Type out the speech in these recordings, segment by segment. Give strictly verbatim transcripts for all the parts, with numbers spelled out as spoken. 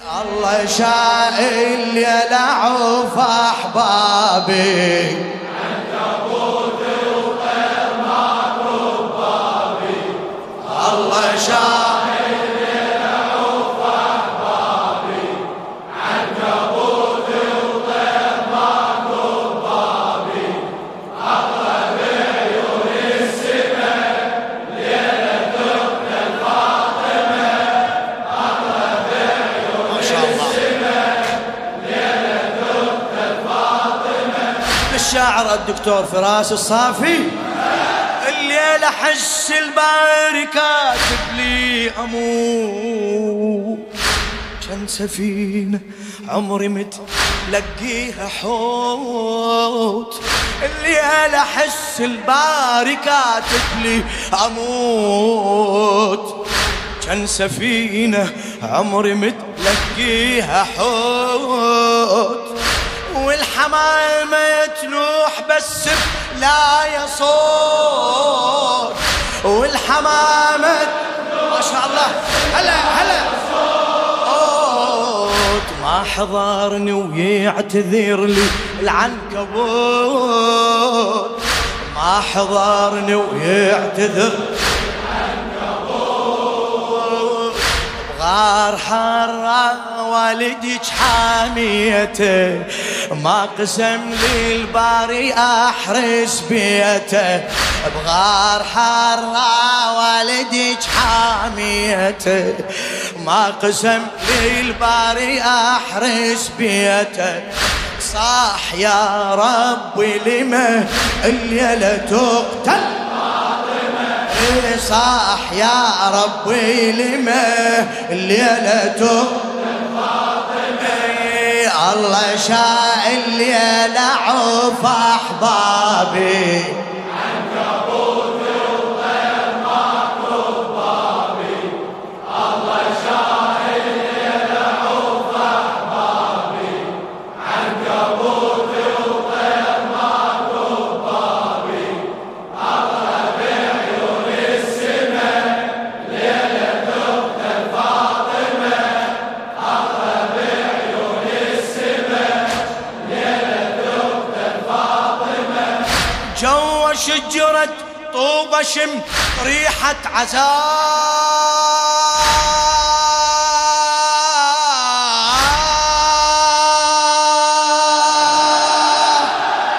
الله شائل يا لعوف أحبابي عنكبوت وطير ماكو بابي. الله شائل يا لعوف أحبابي عنكبوت وطير ماكو بابي. أغلب عيون السماء ليلة تقتل فاطمة. أغلب عيون السماء ليلة تقتل فاطمة. الشاعر الدكتور فراس الصافي الليلة حس الباري كاتب لي أموت كان سفينة عمري متلقيها حوت. الليلة حس الباري كاتب لي أموت كان سفينة عمري متلقيها حوت. والحمامة تنوح بس لا يصوت. والحمامة ما شاء الله هلا هلا صوت. ما حضرني ويعتذر لي العنكبوت. ما حضرني ويعتذر غار حرة والدك حاميته. ما قسم لي الباري أحرس بيته. بغار حرة والدك حاميته. ما قسم لي الباري أحرس بيته. صاح يا ربي لما الليلة تقتل صاح يا ربي لما الليلة تقتل فاطمة. الله شائل يا لعوف أحبابي عنكبوت وطير ماكو بابي. الله شائل يا لعوف أحبابي عنكبوت وطير ماكو بابي. أغلب عيون السماء ليلة تقتل فاطمة. أغلب عيون السماء ليلة تقتل فاطمة. جوا شجرة طوبة شم ريحة عذاب.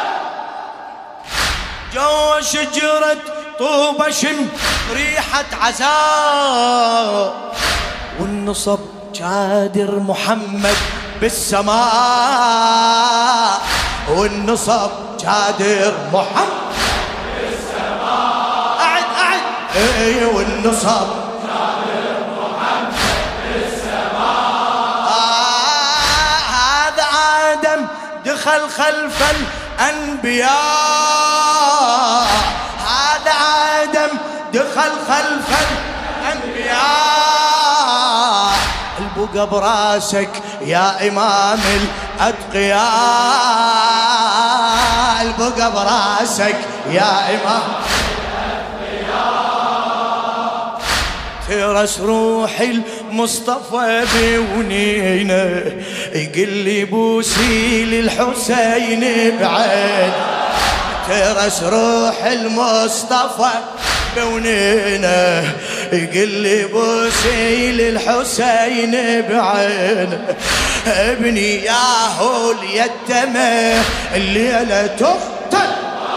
جوا شجرة طوبة شم ريحة عذاب. والنصب جادر محمد بالسماء. والنصب جادر محمد بالسماء. أعد أعد اي والنصب جادر محمد بالسماء. آه هذا آدم دخل خلف الأنبياء. هذا آدم دخل خلف الأنبياء. البقى براسك يا إمام الأتقياء. البقى براسك يا إمام الأتقياء. ترس روح المصطفى بونينا. يقل لي بوسي للحسين بعين. ترس روح المصطفى بونينا. يقل لي بوسي للحسين بعين. ابني ياهو اليتمى الليلة تقتل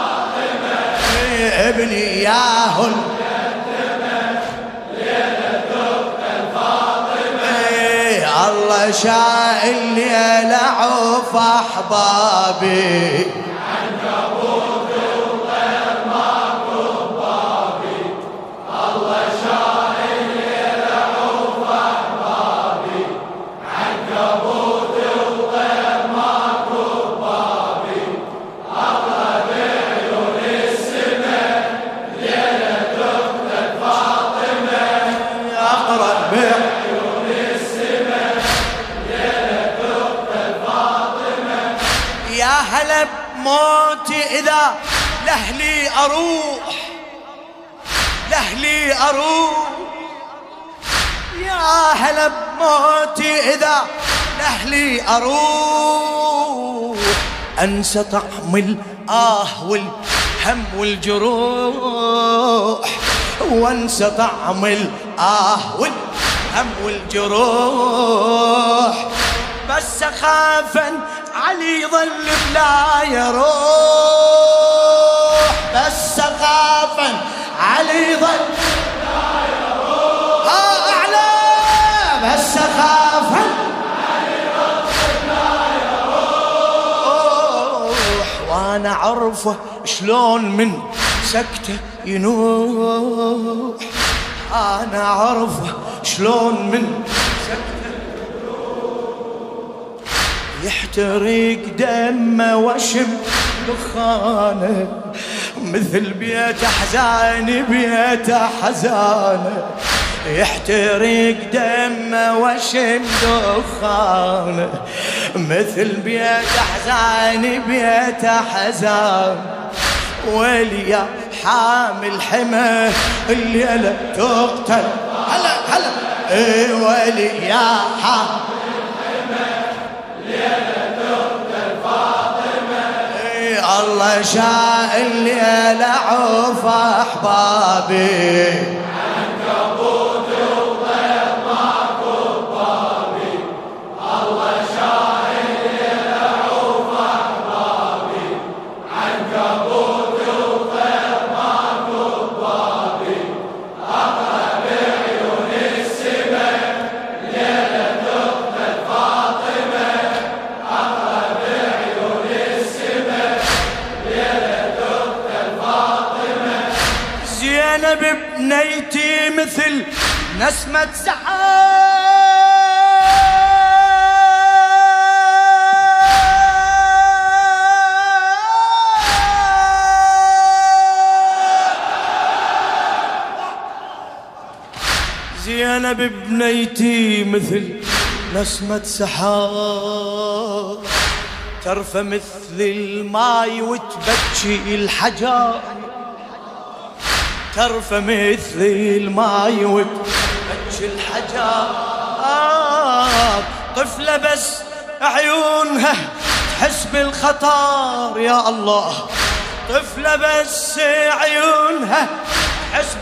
ابني ياهو اليتمى ليلة تقتل فاطمة. الله شائل يا لعوف أحبابي عنكبوت وطير ماكو بابي. الله شائل يا لعوف أحبابي عنكبوت وطير ماكو بابي. أغلب عيون السماء ليلة تقتل فاطمة. أقرب عيون السماء ليلة تقتل فاطمة. يا هلا بموتي إذا لأهلي أروح لأهلي أروح. يا هلا بموتي إذا لأهلي أروح أنسى طعم الآه والهم والجروح، وأنسى طعم الآه والهم والجروح، بس أخافا علي ظل بلا يروح، بس أخافا علي ظل بلا يروح، ها أعلى بس أخافا علي ظل بلا يروح، وأنا أعرفه شلون من سكته ينوح، أنا أعرفه شلون من سكته يحترق دمه وشم دخانه، مثل بيت أحزان بيت حزانه، يحترق دمه وشم دخانه، مثل بيت أحزان بيت حزان، وليا حامل حمى الليلة تقتل، هلا هلا اي وليا حامل الله شاء الليلة عوف أحبابي، عنكبوت وطير ماكو بابي، الله شاء الليلة عوف أحبابي، عنكبوت وطير ماكو بابي، أقرب عيون السماء ليلة تقتل فاطمة، أقرب عيون السماء زينب بنيتي مثل نسمة سحاب، زينب بنيتي مثل نسمة سحاب، ترفى مثل الماي وتبكي الحجار، ترفى مثل الماي وتبكي الحجار، طفلة بس عيونها تحس بالخطر يا الله، طفلة بس عيونها تحس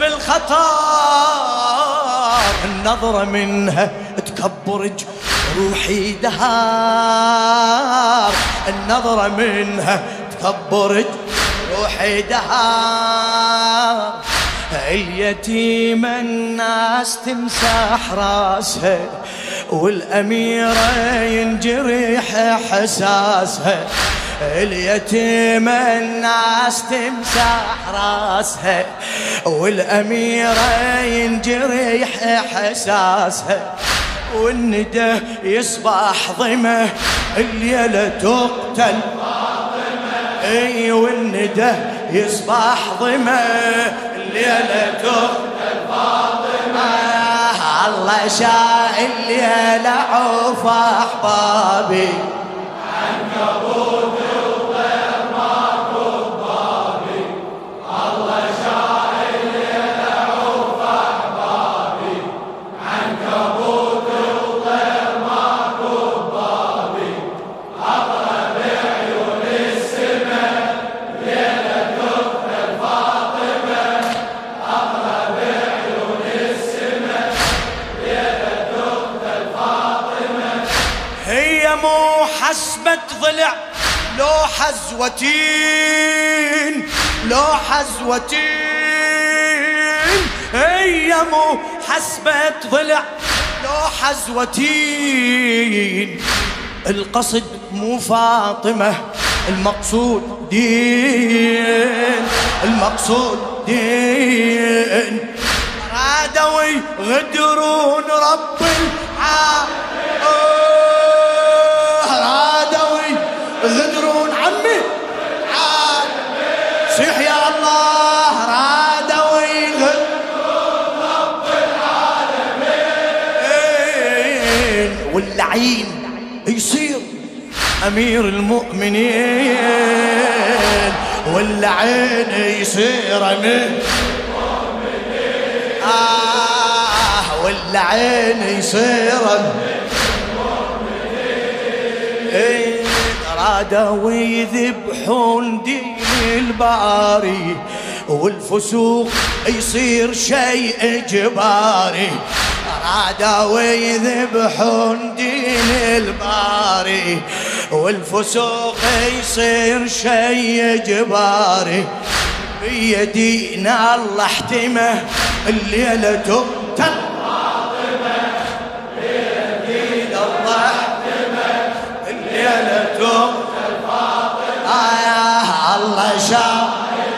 بالخطر، النظرة منها تكبر روحي دهار، النظرة منها تكبر روحي دهار، اليتيمة الناس تمسح راسها، والأميرة ينجرح حساسها، اليتيمة الناس تمسح راسها، والأميرة ينجرح حساسها، والندى يصبح ضمه الليلة تقتل فاطمة، اي والندى يصبح ضمه الليلة تقتل فاطمة، آه الله شاء الليلة عوف أحبابي، عنكبوت وطير ماكو بابي، الله شاء الليلة عوف أحبابي، عنكبوت وطير ماكو بابي، أقرب عيون السماء ليلة تقتل فاطمة، أقرب عيون السماء ليلة تقتل فاطمة، هي مو حسبة ضلع لو حزوتين، لو حزوتين، هي مو حسبة ضلع لو حزوتين، القصد مو فاطمة المقصود دين، المقصود دين، رادوا يغدرون رب العالمين، رادوا يغدرون عمي العالمين، صيح يا الله، رادوا يغدرون رب العالمين، واللعين يصير أمير المؤمنين، واللعين يصير أمير المؤمنين، آه واللعين يصير أمير المؤمنين، رادوا يذبحون دين الباري، والفسوق يصير شيء إجباري. رادوا يذبحون دين الباري، والفسوق يصير شيء إجباري. بيدينا الله احتمه الليلة تقتل فاطمة، بيدينا الله احتمه الليلة تقتل فاطمة. آه الله شاء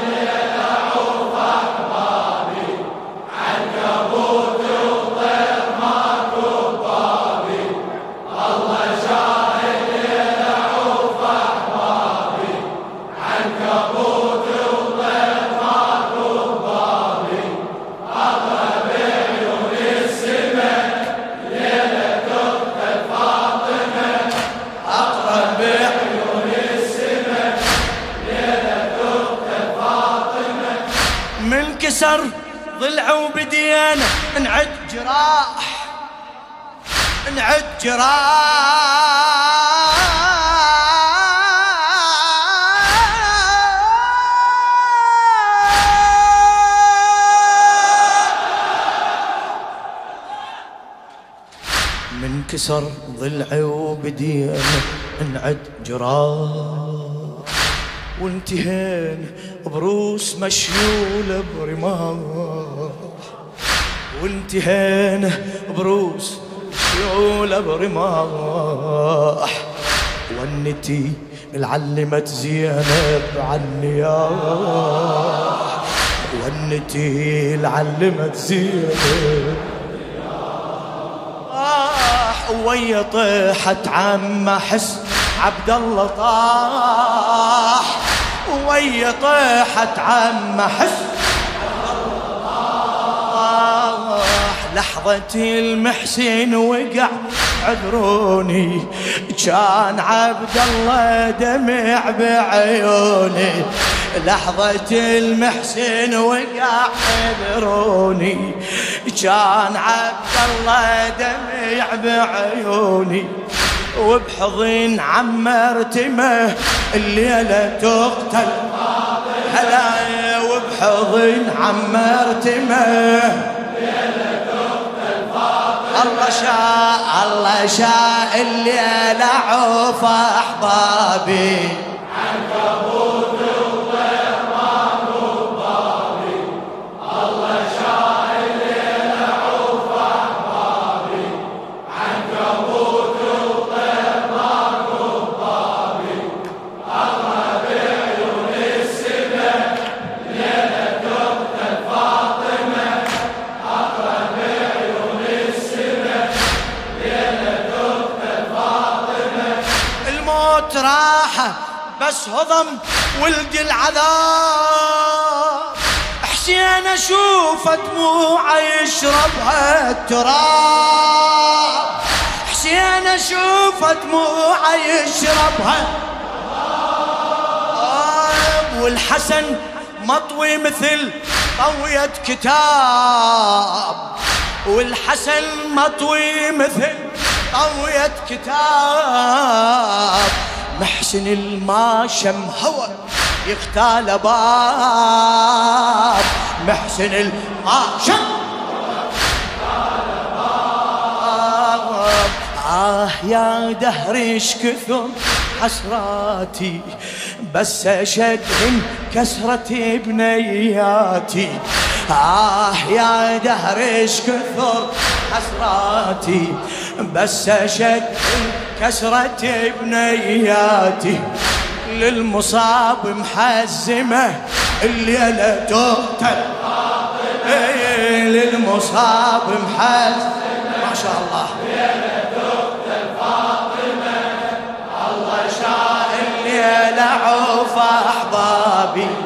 كسر ضلع وبدينا نعد جراح، نعد جراح. من كسر ضلع وبدينا نعد جراح، وانتهينا بروس مشيولة برماح، وانتهينا بروس مشيولة برماح. ونتي العلمت زينب عالنياح، ونتي العلمت زينب آه. ويا طيحت عم حس عبد الله طاح، ويا طيحت عم حس لحظة المحسن وقع عذروني، كان عبد الله دمع بعيوني. لحظة المحسن وقع عذروني، كان عبد الله دمع بعيوني. وبحضن عمرتمه الليلة تقتل هلا، وبحضن عمرتمه الليلة تقتل فاطمة. الله شاء الله شاء الليلة عوف أحبابي، عنكبوت وطير ماكو بابي. الله شاء الليلة عوف أحبابي، عنكبوت راحة بس هضم ولد العذاب. حسين اشوف دموعه يشربها التراب، حسين اشوف دموعه يشربها. والحسن مطوي مثل طوية كتاب، والحسن مطوي مثل طوية كتاب. محسن الماشم هوى يختال باب، محسن الماشم يختال باب. آه يا دهرش كثر حسراتي، بس شد كسرة بنياتي. آه يا دهرش كثر حسراتي، بس شد كسرة بنياتي. للمصاب محزمة الليلة تقتل، ايه للمصاب محزمة ما شاء الله الليلة تقتل فاطمة. الله شاء الليلة عوف أحبابي،